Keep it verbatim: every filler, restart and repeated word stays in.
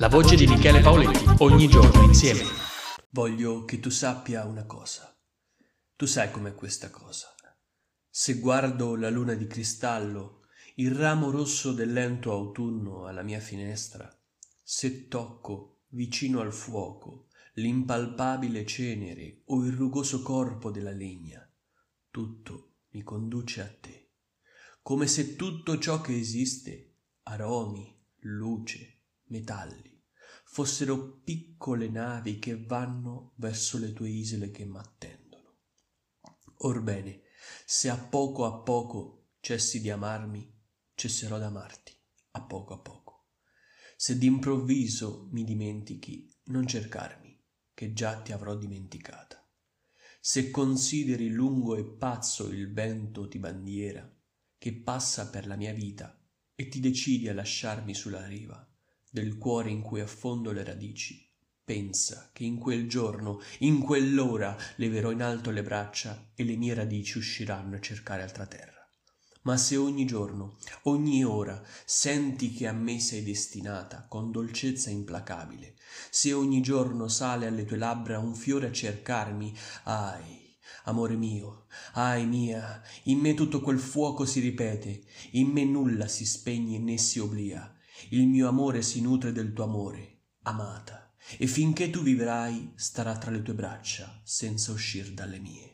La voce di Michele Paoletti, ogni giorno insieme. Voglio che tu sappia una cosa. Tu sai com'è questa cosa. Se guardo la luna di cristallo, il ramo rosso del lento autunno alla mia finestra, se tocco, vicino al fuoco, l'impalpabile cenere o il rugoso corpo della legna, tutto mi conduce a te, come se tutto ciò che esiste, aromi, luce, metalli, fossero piccole navi che vanno verso le tue isole che m'attendono. Orbene, se a poco a poco cessi di amarmi, cesserò d'amarti a poco a poco. Se d'improvviso mi dimentichi, non cercarmi, che già ti avrò dimenticata. Se consideri lungo e pazzo il vento di bandiera che passa per la mia vita e ti decidi a lasciarmi sulla riva del cuore in cui affondo le radici, pensa che in quel giorno, in quell'ora, leverò in alto le braccia e le mie radici usciranno a cercare altra terra. Ma se ogni giorno, ogni ora, senti che a me sei destinata con dolcezza implacabile, se ogni giorno sale alle tue labbra un fiore a cercarmi, ahi, amore mio, ahi mia, in me tutto quel fuoco si ripete, in me nulla si spegne né si oblia, il mio amore si nutre del tuo amore, amata, e finché tu vivrai starà tra le tue braccia senza uscir dalle mie.